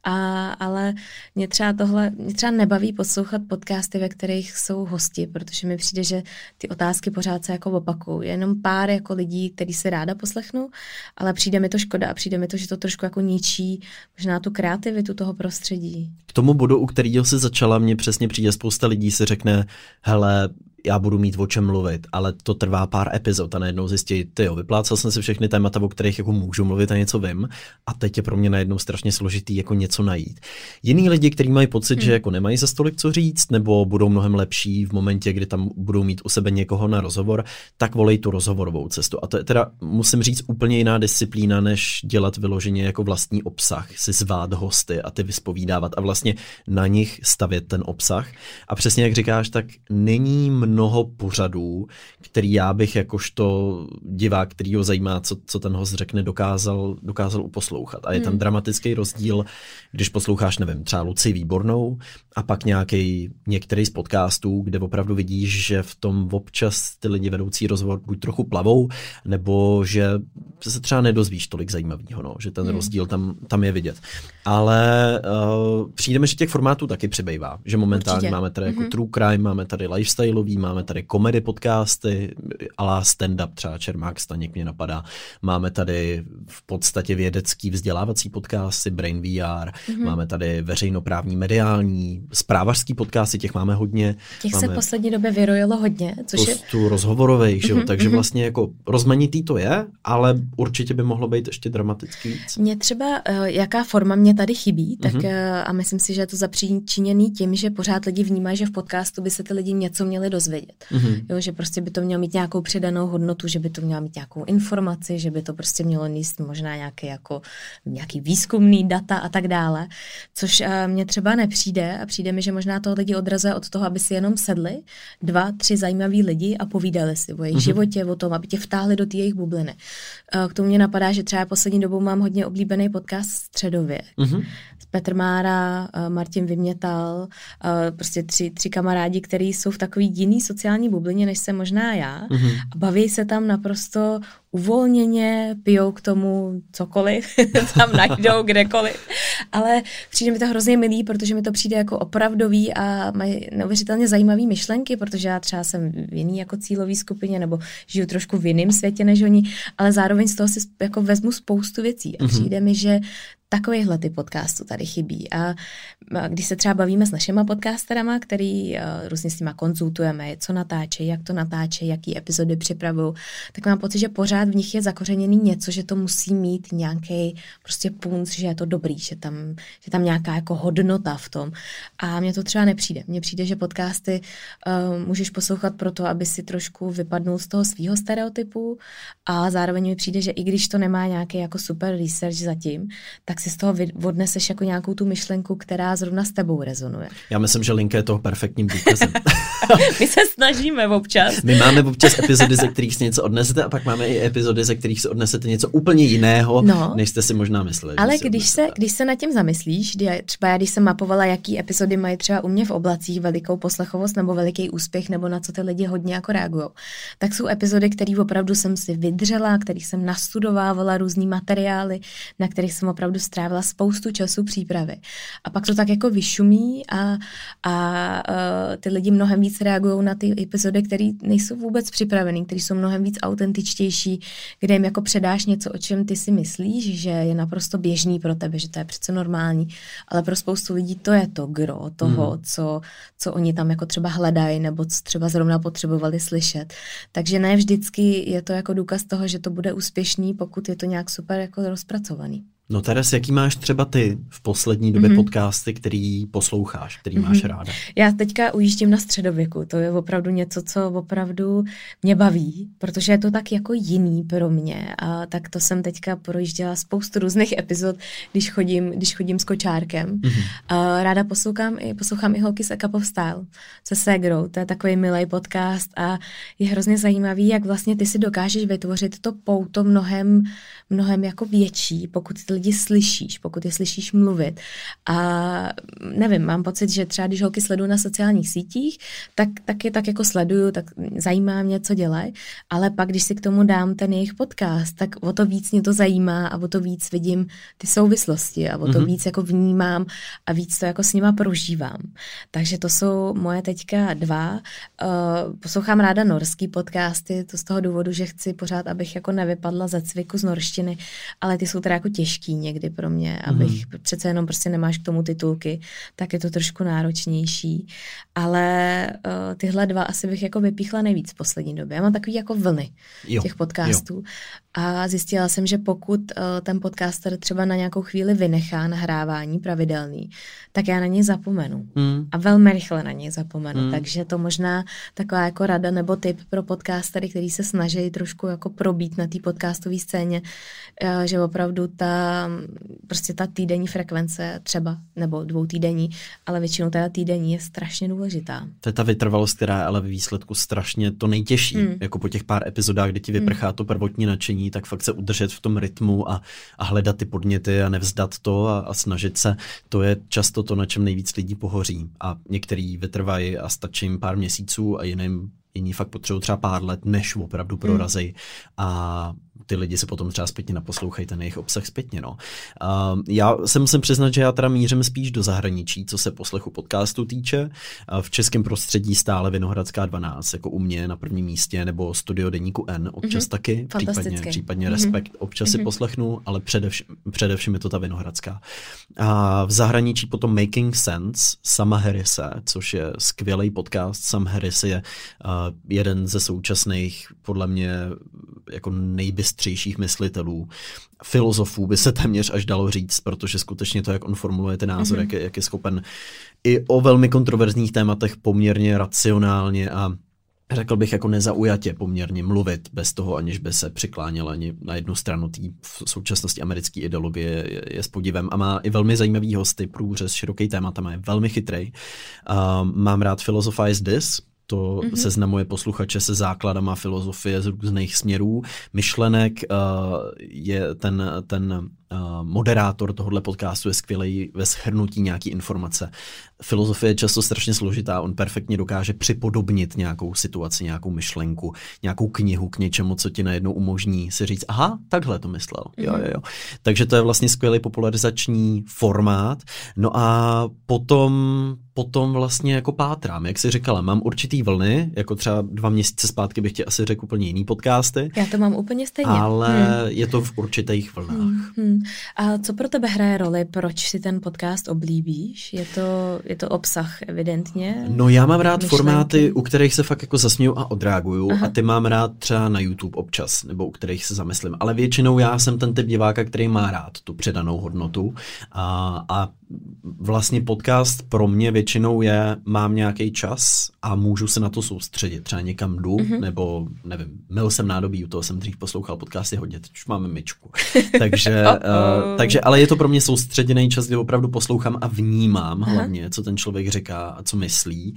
a, ale mě třeba tohle, mě třeba nebaví poslouchat podcasty, ve kterých jsou hosti, protože mi přijde, že ty otázky pořád se jako opakují. Je jenom pár jako lidí, který se ráda poslechnu, ale přijde mi to škoda a přijde mi to, že to trošku jako ničí možná tu kreativitu toho prostředí. K tomu bodu, u kterého se začala, mně přesně přijde, spousta lidí si řekne, hele, já budu mít o čem mluvit, ale to trvá pár epizod a najednou zjistí, tyjo, vyplácal jsem si všechny témata, o kterých jako můžu mluvit a něco vím, a teď je pro mě najednou strašně složitý jako něco najít. Jiný lidi, kteří mají pocit, hmm. že jako nemají za stolik co říct, nebo budou mnohem lepší v momentě, kdy tam budou mít u sebe někoho na rozhovor, tak volej tu rozhovorovou cestu. A to je teda, musím říct, úplně jiná disciplína, než dělat vyloženě jako vlastní obsah, si zvát hosty a ty vyspovídávat a vlastně na nich stavět ten obsah. A přesně jak říkáš, tak není mnoho pořadů, který já bych jakožto divák, který ho zajímá, co, co ten host řekne, dokázal, dokázal uposlouchat. A je tam hmm. dramatický rozdíl, když posloucháš, nevím, třeba Lucii Výbornou a pak nějaký některý z podcastů, kde opravdu vidíš, že v tom občas ty lidi vedoucí rozhovor buď trochu plavou, nebo že se třeba nedozvíš tolik zajímavého, no, že ten hmm. rozdíl tam, tam je vidět. Ale uh, přijdeme, že těch formátů taky přibývá, že momentálně Určitě. máme tady jako mm-hmm. true crime, máme tady lifestyleový, máme tady komedy podcasty, ala stand-up, třeba Čermák Staněk mě napadá. Máme tady v podstatě vědecký vzdělávací podcasty, Brain V R, mm-hmm. máme tady veřejnoprávní mediální, zprávařský podcasty, těch máme hodně. Těch máme se v poslední době vyrojilo hodně, což je... tu rozhovorových, mm-hmm, takže mm-hmm. vlastně jako rozmanitý to je, ale určitě by mohlo být ještě dramatický. Mně třeba, jaká forma mě tady chybí, tak mm-hmm. a myslím si, že je to zapříčiněný tím, že pořád lidi vnímají, že v podcastu by se ty lidi něco měli dozvědět. Mm-hmm. Jo, že prostě by to mělo mít nějakou přidanou hodnotu, že by to mělo mít nějakou informaci, že by to prostě mělo níst možná nějaký, jako, nějaký výzkumný data a tak dále, což mně třeba nepřijde a přijde mi, že možná toho lidi odrazuje od toho, aby si jenom sedli dva, tři zajímaví lidi a povídali si o jejich mm-hmm. životě, o tom, aby tě vtáhli do té jejich bubliny. K tomu mě napadá, že třeba poslední dobou mám hodně oblíbený podcast Středověk. Mm-hmm. Petr Mára, Martin Vymětal, prostě tři, tři kamarádi, kteří jsou v takový jiný sociální bublině, než jsem možná já. Mm-hmm. A baví se tam naprosto uvolněně, pijou k tomu cokoliv, tam najdou kdekoliv. Ale přijde mi to hrozně milý, protože mi to přijde jako opravdový a mají neuvěřitelně zajímavé myšlenky, protože já třeba jsem v jiný jako cílový skupině nebo žiju trošku v jiném světě než oni, ale zároveň z toho si jako vezmu spoustu věcí a přijde mi, že takovýhle ty podcastů tady chybí. A když se třeba bavíme s našima podcasterama, který uh, různě s nima konzultujeme, co natáčejí, jak to natáčejí, jaký epizody připravují, tak mám pocit, že pořád v nich je zakořeněný něco, že to musí mít nějaký prostě punc, že je to dobrý, že tam, že tam nějaká jako hodnota v tom. A mně to třeba nepřijde. Mně přijde, že podcasty uh, můžeš poslouchat proto, aby si trošku vypadnul z toho svýho stereotypu, a zároveň mi přijde, že i když to nemá nějaký jako super research zatím, tak si z toho odneseš jako nějakou tu myšlenku, která zrovna s tebou rezonuje. Já myslím, že Linka je toho perfektním důkazem. My se snažíme občas. My máme občas epizody, ze kterých si něco odnesete, a pak máme i epizody, ze kterých si odnesete něco úplně jiného, no, než jste si možná mysleli. Ale když se, když se nad tím zamyslíš, třeba já, když jsem mapovala, jaký epizody mají třeba u mě v oblacích velikou poslechovost nebo veliký úspěch, nebo na co ty lidi hodně jako reagují, tak jsou epizody, které opravdu jsem si vydřela, kterých jsem nastudovávala různý materiály, na kterých jsem opravdu strávila spoustu času přípravy. A pak to tak jako vyšumí a, a uh, ty lidi mnohem víc reagují na ty epizody, které nejsou vůbec připravený, které jsou mnohem víc autentičtější, kde jim jako předáš něco, o čem ty si myslíš, že je naprosto běžný pro tebe, že to je přece normální, ale pro spoustu lidí to je to gro toho, mm. co, co oni tam jako třeba hledají nebo co třeba zrovna potřebovali slyšet. Takže ne vždycky je to jako důkaz toho, že to bude úspěšný, pokud je to nějak super jako rozpracovaný. No Teres, jaký máš třeba ty v poslední době mm-hmm. podcasty, který posloucháš, který mm-hmm. máš ráda? Já teďka ujíždím na středověku, to je opravdu něco, co opravdu mě baví, protože je to tak jako jiný pro mě a tak to jsem teďka projížděla spoustu různých epizod, když chodím, když chodím s kočárkem. Mm-hmm. A ráda poslouchám i, poslouchám i Holky z A Cup of Style se Segrou, to je takový milý podcast a je hrozně zajímavý, jak vlastně ty si dokážeš vytvořit to pouto mnohem, mnohem jako větší, pokud ty lidi slyšíš, pokud je slyšíš mluvit. A nevím, mám pocit, že třeba když holky sleduju na sociálních sítích, tak, tak je tak jako sleduju, tak zajímá mě, co dělají, ale pak, když si k tomu dám ten jejich podcast, tak o to víc mě to zajímá a o to víc vidím ty souvislosti a o to mm-hmm. víc jako vnímám a víc to jako s nima prožívám. Takže to jsou moje teďka dva. Uh, poslouchám ráda norský podcasty, to z toho důvodu, že chci pořád, abych jako nevypadla ze cviku z norštiny, ale ty jsou teda jako těžký někdy pro mě, abych mm. přece jenom prostě nemáš k tomu titulky, tak je to trošku náročnější, ale uh, tyhle dva asi bych jako vypíchla nejvíc v poslední době. Já mám takový jako vlny jo, těch podcastů jo. a zjistila jsem, že pokud uh, ten podcaster třeba na nějakou chvíli vynechá nahrávání pravidelný, tak já na něj zapomenu mm. a velmi rychle na něj zapomenu, mm. takže to možná taková jako rada nebo tip pro podcastery, který se snaží trošku jako probít na té podcastové scéně, uh, že opravdu ta prostě ta týdenní frekvence třeba, nebo dvou týdenní, ale většinou ta týdenní je strašně důležitá. To je ta vytrvalost, která je ale ve výsledku strašně to nejtěžší. Mm. Jako po těch pár epizodách, kdy ti vyprchá mm. to prvotní nadšení, tak fakt se udržet v tom rytmu a, a hledat ty podněty a nevzdat to a, a snažit se. To je často to, na čem nejvíc lidí pohoří. A některý vytrvají a stačí jim pár měsíců a jiným jiní fakt potřebují třeba pár let, než opravdu prorazej. Mm. A ty lidi se potom třeba zpětně naposlouchají ten jejich obsah zpětně. No. Uh, já se musím přiznat, že já teda mířím spíš do zahraničí, co se poslechu podcastu týče. Uh, v českém prostředí stále Vinohradská dvanáct, jako u mě na prvním místě, nebo Studio Deníku N, občas mm-hmm. taky, případně, případně mm-hmm. Respekt, občas mm-hmm. si poslechnu, ale především, především je to ta Vinohradská. A v zahraničí potom Making Sense Sama Harrise, což je skvělý podcast. Sam Harris je uh, jeden ze současných, podle mě, jako nejbystřejších myslitelů, filozofů by se téměř až dalo říct, protože skutečně to, jak on formuluje ty názory, mm-hmm. jak, je, jak je schopen i o velmi kontroverzních tématech poměrně racionálně a řekl bych jako nezaujatě poměrně mluvit bez toho, aniž by se přikláněl ani na jednu stranu té v současnosti americké ideologie, je, je s podivem a má i velmi zajímavý hosty, průřez široký tématama, je velmi chytrej. Uh, mám rád Philosophize This, to mm-hmm. seznamuje posluchače se základama filozofie z různých směrů, myšlenek, uh, je ten, ten uh, moderátor tohohle podcastu je skvělej ve shrnutí nějaký informace. Filozofie je často strašně složitá, on perfektně dokáže připodobnit nějakou situaci, nějakou myšlenku, nějakou knihu k něčemu, co ti najednou umožní si říct, aha, takhle to myslel. Mm-hmm. Jo, jo, jo. Takže to je vlastně skvělý popularizační formát. No a potom potom vlastně jako pátrám, jak jsi říkala, mám určitý vlny, jako třeba dva měsíce zpátky bych ti asi řekl úplně jiný podcasty. Já to mám úplně stejně. Ale hmm. je to v určitých vlnách. Hmm. Hmm. A co pro tebe hraje roli, proč si ten podcast oblíbíš? Je to, je to obsah evidentně? No já mám rád myšlenky. Formáty, u kterých se fakt jako zasměju a odreaguju. Aha. A ty mám rád třeba na YouTube občas, nebo u kterých se zamyslím. Ale většinou já jsem ten typ diváka, který má rád tu předanou hodnotu. A, a vlastně podcast pro mě většinou je, mám nějaký čas a můžu se na to soustředit. Třeba někam jdu, mm-hmm. nebo nevím, mil jsem nádobí, u toho jsem dřív poslouchal podcasty hodně, teď už máme myčku. takže, uh, takže, ale je to pro mě soustředěný čas, kdy opravdu poslouchám a vnímám Aha. hlavně, co ten člověk říká a co myslí.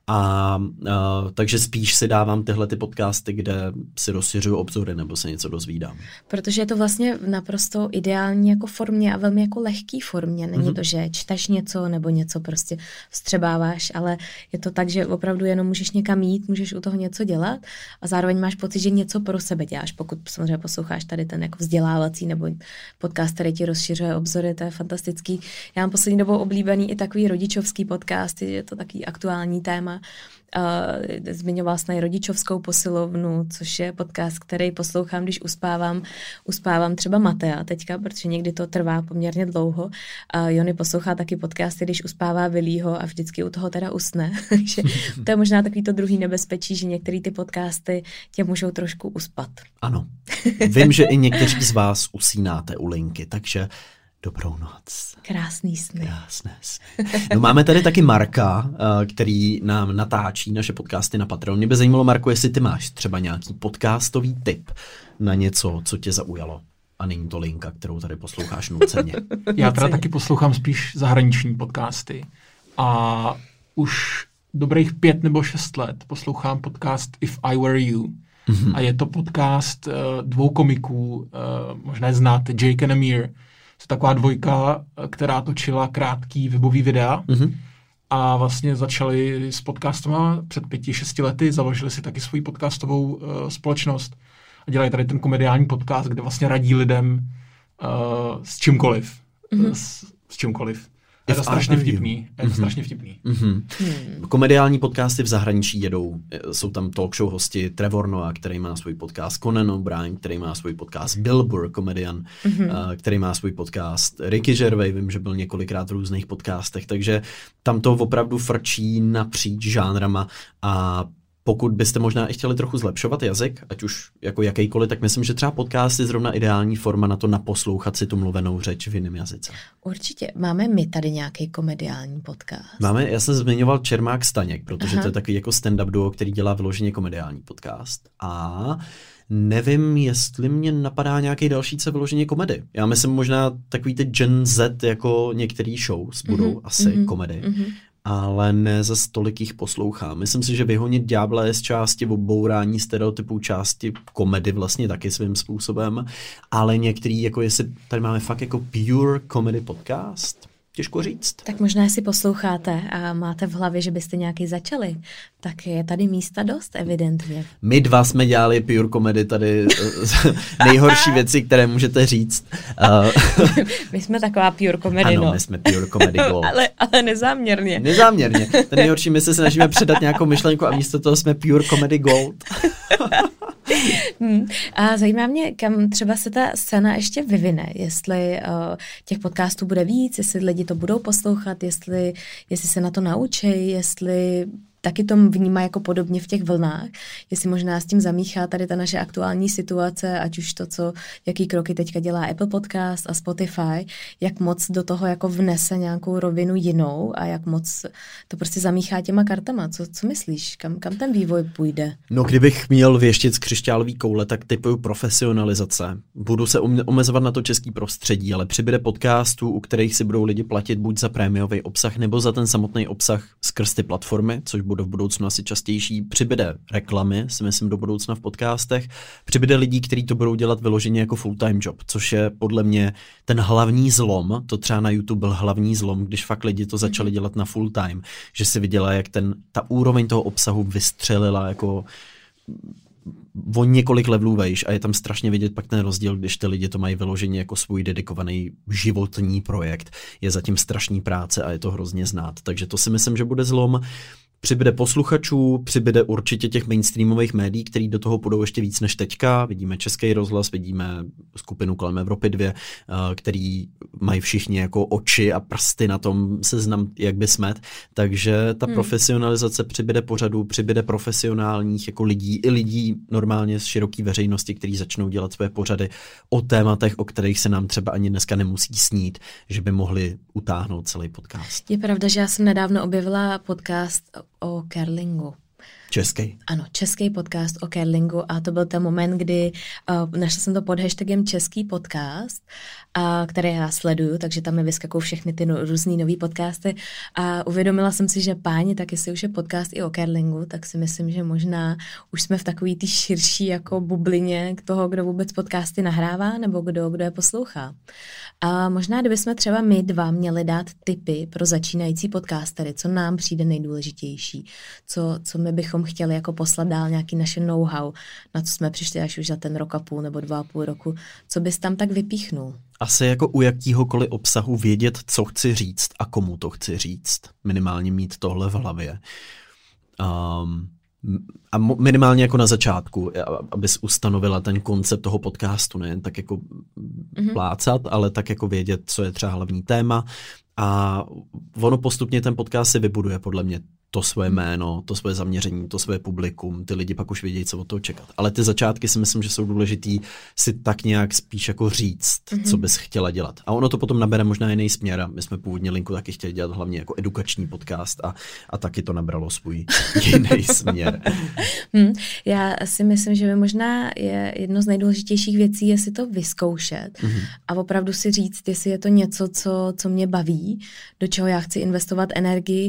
A uh, takže spíš si dávám tyhle ty podcasty, kde si rozšiřuju obzory nebo se něco dozvídám. Protože je to vlastně v naprosto ideální jako formě a velmi jako lehký formě. Není mm-hmm. to, že čteš něco nebo něco prostě vstřebáváš, ale je to tak, že opravdu jenom můžeš někam jít, můžeš u toho něco dělat a zároveň máš pocit, že něco pro sebe děláš, pokud samozřejmě posloucháš tady ten jako vzdělávací nebo podcast, který ti rozšiřuje obzory, to je fantastický. Já mám poslední dobou oblíbený i takový rodičovský podcast, je to takový aktuální téma. Uh, zmiňoval jsem rodičovskou posilovnu, což je podcast, který poslouchám, když uspávám, uspávám třeba Matea teďka, protože někdy to trvá poměrně dlouho. Uh, Jony poslouchá taky podcasty, když uspává Vilího a vždycky u toho teda usne. Takže to je možná takový to druhý nebezpečí, že některé ty podcasty tě můžou trošku uspat. Ano. Vím, že i někteří z vás usínáte u linky, takže Dobrou noc. Krásný sny. Krásné sny. No máme tady taky Marka, který nám natáčí naše podcasty na Patreon. Mě by zajímalo, Marko, jestli ty máš třeba nějaký podcastový tip na něco, co tě zaujalo. A není to linka, kterou tady posloucháš nuceně. Já teda taky poslouchám spíš zahraniční podcasty. A už dobrých pět nebo šest let poslouchám podcast If I Were You. Mm-hmm. A je to podcast uh, dvou komiků, uh, možná je znáte, Jake and Amir. To taková dvojka, která točila krátký webový videa. Mm-hmm. A vlastně začali s podcastama před pěti, šesti lety, založili si taky svoji podcastovou uh, společnost. A dělají tady ten komediální podcast, kde vlastně radí lidem uh, s čímkoliv. Mm-hmm. S, s čímkoliv. Je to strašně vtipný. Je to mm-hmm. strašně vtipný. Mm-hmm. Hmm. Komediální podcasty v zahraničí jedou. Jsou tam talk show hosti Trevor Noah, který má svůj podcast, Conan O'Brien, který má svůj podcast, Bill Burr, komedian, mm-hmm. uh, který má svůj podcast, Ricky Gervais, vím, že byl několikrát v různých podcastech, takže tam to opravdu frčí napříč žánrama a pokud byste možná i chtěli trochu zlepšovat jazyk, ať už jako jakýkoliv, tak myslím, že třeba podcast je zrovna ideální forma na to naposlouchat si tu mluvenou řeč v jiném jazyce. Určitě. Máme my tady nějaký komediální podcast? Máme, já jsem zmiňoval Čermák Staněk, protože Aha. to je takový jako stand-up duo, který dělá vyloženě komediální podcast. A nevím, jestli mě napadá nějaký další, co vyloženě komedy. Já myslím možná takový ty Gen Z jako některý shows budou mm-hmm. asi mm-hmm. komedy. Mm-hmm. Ale ne za stolik jich poslouchám. Myslím si, že Vyhonit ďábla je z části obourání stereotypů, části komedy vlastně taky svým způsobem, ale některý, jako jestli tady máme fakt jako pure comedy podcast, těžko říct. Tak možná, jestli posloucháte a máte v hlavě, že byste nějaký začali, tak je tady místa dost, evidentně. My dva jsme dělali pure comedy tady nejhorší věci, které můžete říct. My jsme taková pure comedy, ano, no. my jsme pure comedy gold. ale, ale nezáměrně. Nezáměrně. Ten nejhorší, my se snažíme předat nějakou myšlenku a místo toho jsme pure comedy gold. Hmm. A zajímá mě, kam třeba se ta scéna ještě vyvine, jestli uh, těch podcastů bude víc, jestli lidi to budou poslouchat, jestli, jestli se na to naučí, jestli taky to vnímá jako podobně v těch vlnách, jestli možná s tím zamíchá tady ta naše aktuální situace, ať už to, co, jaký kroky teďka dělá Apple Podcast a Spotify, jak moc do toho jako vnese nějakou rovinu jinou a jak moc to prostě zamíchá těma kartama. Co, co myslíš? Kam, kam ten vývoj půjde? No, kdybych měl věštit z křišťálový koule, tak typuju profesionalizace. Budu se omezovat na to český prostředí, ale přibyde podcastů, u kterých si budou lidi platit buď za prémiový obsah, nebo za ten samotný obsah skrz ty platformy, což bude v budoucnu asi častější. Přibyde reklamy, si myslím, do budoucna v podcastech. Přibyde lidí, kteří to budou dělat vyloženě jako full-time job, což je podle mě ten hlavní zlom. To třeba na YouTube byl hlavní zlom, když fakt lidi to začali dělat na full-time, že si viděla, jak ten, ta úroveň toho obsahu vystřelila jako o několik levelů vejš a je tam strašně vidět pak ten rozdíl, když ty lidi to mají vyloženě jako svůj dedikovaný životní projekt. Je zatím strašný práce a je to hrozně znát. Takže to si myslím, že bude zlom. Přibyde posluchačů, přibyde určitě těch mainstreamových médií, který do toho půjdou ještě víc než teďka. Vidíme Český rozhlas, vidíme skupinu kolem Evropy dvě, který mají všichni jako oči a prsty na tom seznam, jak by smet. Takže ta hmm. profesionalizace přibyde pořadu, přibyde profesionálních jako lidí i lidí normálně z široké veřejnosti, kteří začnou dělat své pořady o tématech, o kterých se nám třeba ani dneska nemusí snít, že by mohli utáhnout celý podcast. Je pravda, že já jsem nedávno objevila podcast o curlingu. Český. Ano, český podcast o curlingu a to byl ten moment, kdy uh, našla jsem to pod hashtagem český podcast, a, který já sleduju, takže tam mi vyskakují všechny ty no, různý nový podcasty a uvědomila jsem si, že páni, tak jestli už je podcast i o curlingu, tak si myslím, že možná už jsme v takový ty širší jako bublině k toho, kdo vůbec podcasty nahrává nebo kdo, kdo je poslouchá. A možná, kdybychom třeba my dva měli dát tipy pro začínající podcastery, co nám přijde nejdůležitější, co, co my bychom chtěli jako poslat dál nějaký naše know-how, na co jsme přišli až už za ten rok a půl nebo dva a půl roku, co bys tam tak vypíchnul? Asi jako u jakýhokoliv obsahu vědět, co chci říct a komu to chci říct. Minimálně mít tohle v hlavě. Um, a minimálně jako na začátku, abys ustanovila ten koncept toho podcastu, nejen tak jako mm-hmm. plácat, ale tak jako vědět, co je třeba hlavní téma a ono postupně ten podcast si vybuduje podle mě to svoje jméno, to svoje zaměření, to svoje publikum, ty lidi pak už vědí, co od toho čekat. Ale ty začátky si myslím, že jsou důležitý si tak nějak spíš jako říct, mm-hmm. co bys chtěla dělat. A ono to potom nabere možná jiný směr. A my jsme původně Linku taky chtěli dělat hlavně jako edukační podcast a, a taky to nabralo svůj jiný směr. Hmm, já si myslím, že by možná je jedno z nejdůležitějších věcí je si to vyzkoušet mm-hmm. a opravdu si říct, jestli je to něco, co, co mě baví, do čeho já chci investovat energii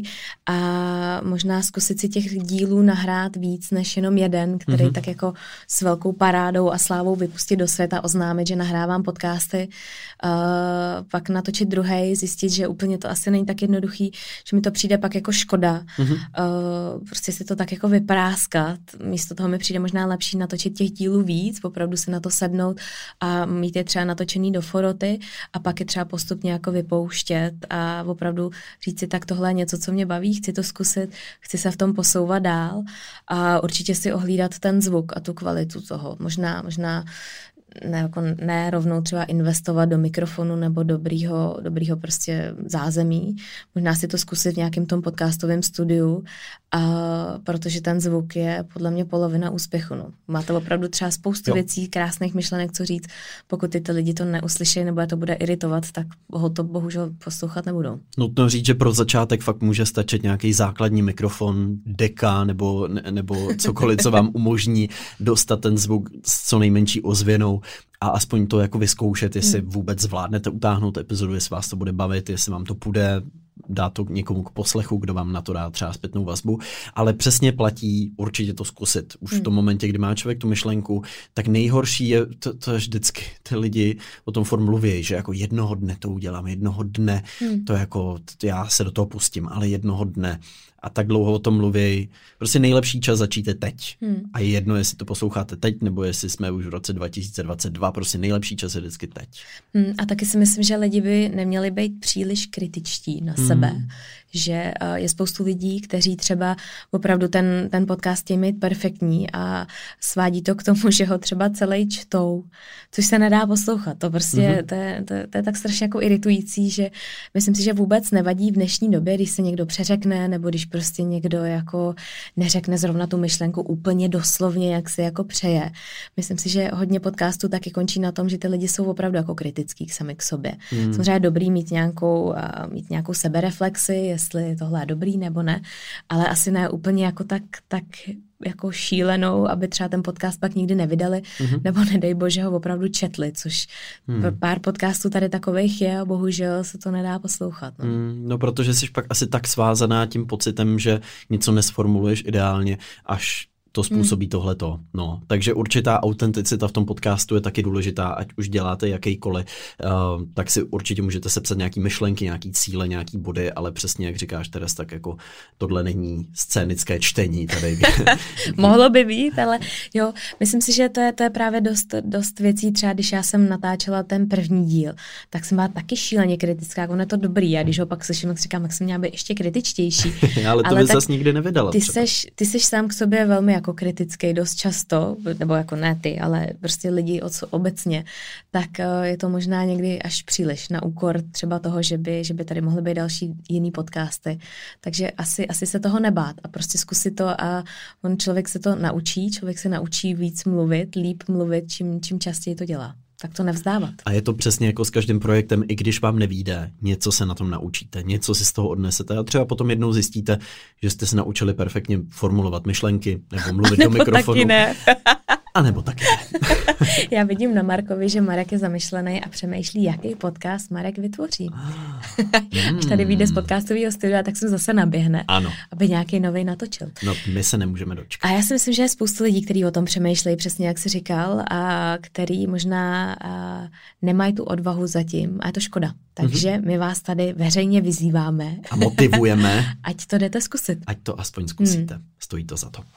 a možná zkusit si těch dílů nahrát víc než jenom jeden, který mm-hmm. tak jako s velkou parádou a slávou vypustit do světa, oznámit, že nahrávám podcasty, uh, pak natočit druhej, zjistit, že úplně to asi není tak jednoduchý, že mi to přijde pak jako škoda. Mm-hmm. Uh, prostě si to tak jako vypráskat. Místo toho mi přijde možná lepší natočit těch dílů víc, opravdu si na to sednout a mít je třeba natočený do foroty a pak je třeba postupně jako vypouštět a opravdu říct si, tak tohle je něco, co mě baví, chci to zkusit, chci se v tom posouvat dál a určitě si ohlídat ten zvuk a tu kvalitu toho. Možná, možná ne, jako ne rovnou třeba investovat do mikrofonu nebo dobrýho, dobrýho prostě zázemí. Možná si to zkusit v nějakém tom podcastovém studiu, a protože ten zvuk je podle mě polovina úspěchu. No. Máte opravdu třeba spoustu jo. věcí, krásných myšlenek, co říct. Pokud ty, ty lidi to neuslyšejí nebo je to bude iritovat, tak ho to bohužel poslouchat nebudou. Nutno říct, že pro začátek fakt může stačit nějaký základní mikrofon, deka nebo, ne, nebo cokoliv, co vám umožní dostat ten zvuk s co nejmenší ozvěnou a aspoň to jako vyzkoušet, jestli hmm. vůbec zvládnete utáhnout epizodu, jestli vás to bude bavit, jestli vám to půjde, dá to někomu k poslechu, kdo vám na to dá třeba zpětnou vazbu, ale přesně platí určitě to zkusit. Už hmm. v tom momentě, kdy má člověk tu myšlenku, tak nejhorší je, to, to je vždycky, ty lidi o tom furt mluví, že jako jednoho dne to udělám, jednoho dne, hmm. to jako, já se do toho pustím, ale jednoho dne. A tak dlouho o tom mluví. Prostě nejlepší čas začít je teď. Hmm. A je jedno, jestli to posloucháte teď, nebo jestli jsme už v roce dva tisíce dvacet dva, prostě nejlepší čas je vždycky teď. Hmm. A taky si myslím, že lidi by neměli být příliš kritičtí na hmm. sebe. Že uh, je spoustu lidí, kteří třeba opravdu ten, ten podcast je mít perfektní a svádí to k tomu, že ho třeba celý čtou, což se nedá poslouchat. To prostě mm-hmm. to, je, to, to je tak strašně jako iritující, že myslím si, že vůbec nevadí v dnešní době, když se někdo přeřekne, nebo když prostě někdo jako neřekne zrovna tu myšlenku úplně doslovně, jak si jako přeje. Myslím si, že hodně podcastů taky končí na tom, že ty lidi jsou opravdu jako kritický sami k sobě. Mm. Samozřejmě je dobrý mít nějakou, uh, mít nějakou sebereflexi, jestli tohle je dobrý nebo ne, ale asi ne úplně jako tak, tak jako šílenou, aby třeba ten podcast pak nikdy nevydali, mm-hmm. nebo nedej bože ho opravdu četli, což mm. pár podcastů tady takových je a bohužel se to nedá poslouchat. No, mm, no protože jsi pak asi tak svázaná tím pocitem, že něco nesformuluješ ideálně, až to způsobí hmm. tohleto. No. Takže určitá autenticita v tom podcastu je taky důležitá, ať už děláte jakýkoliv, uh, tak si určitě můžete sepsat nějaký myšlenky, nějaký cíle, nějaký body, ale přesně jak říkáš, Teres, tak jako tohle není scénické čtení tady. Mohlo by být, ale jo, myslím si, že to je, to je právě dost, dost věcí, třeba když já jsem natáčela ten první díl, tak jsem byla taky šíleně kritická, ono je to dobrý, a když ho pak slyším, tak si říkám, jak jsem měla být ještě kritičtější. ale to ale bys zase nikdy nevydala. Ty seš, ty seš sám k sobě velmi jako kritický dost často, nebo jako ne ty, ale prostě lidi obecně, tak je to možná někdy až příliš na úkor třeba toho, že by, že by tady mohly být další jiný podcasty. Takže asi, asi se toho nebát a prostě zkusit to a on člověk se to naučí, člověk se naučí víc mluvit, líp mluvit, čím, čím častěji to dělá. Tak to nevzdávat. A je to přesně jako s každým projektem, i když vám nevyjde, něco se na tom naučíte, něco si z toho odnesete a třeba potom jednou zjistíte, že jste se naučili perfektně formulovat myšlenky nebo mluvit do mikrofonu. Taky ne. A nebo taky ne. Já vidím na Markovi, že Marek je zamyšlený a přemýšlí, jaký podcast Marek vytvoří. Mm. Až tady vyjde z podcastového studia, tak se zase naběhne, ano. aby nějaký novej natočil. No, my se nemůžeme dočkat. A já si myslím, že je spoustu lidí, kteří o tom přemýšlejí, přesně jak jsi říkal, a který možná a, nemají tu odvahu zatím. A je to škoda. Takže mm-hmm. my vás tady veřejně vyzýváme. A motivujeme. Ať to jdete zkusit. Ať to aspoň zkusíte. Mm. Stojí to za to.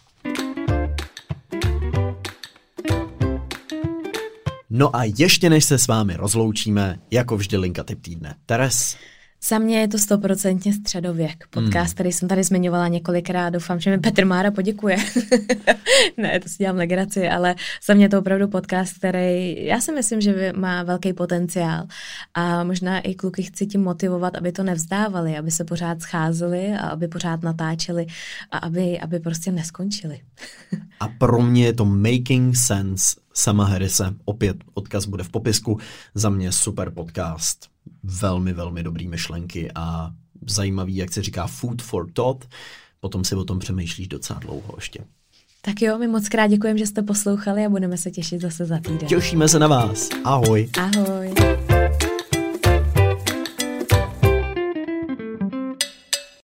No a ještě než se s vámi rozloučíme, jako vždy linka tip týdne. Teres? Za mě je to stoprocentně Středověk. Podcast, hmm. který jsem tady zmiňovala několikrát. Doufám, že mi Petr Mára poděkuje. Ne, to si dělám legraci, ale za mě je to opravdu podcast, který já si myslím, že má velký potenciál. A možná i kluky chci tím motivovat, aby to nevzdávali, aby se pořád scházeli a aby pořád natáčeli a aby, aby prostě neskončili. A pro mě je to Making Sense Sama Harrise. Opět odkaz bude v popisku. Za mě super podcast. Velmi, velmi dobrý myšlenky a zajímavý, jak se říká food for thought. Potom si o tom přemýšlíš docela dlouho ještě. Tak jo, my moc krát děkujeme, že jste poslouchali a budeme se těšit zase za týden. Těšíme se na vás. Ahoj. Ahoj.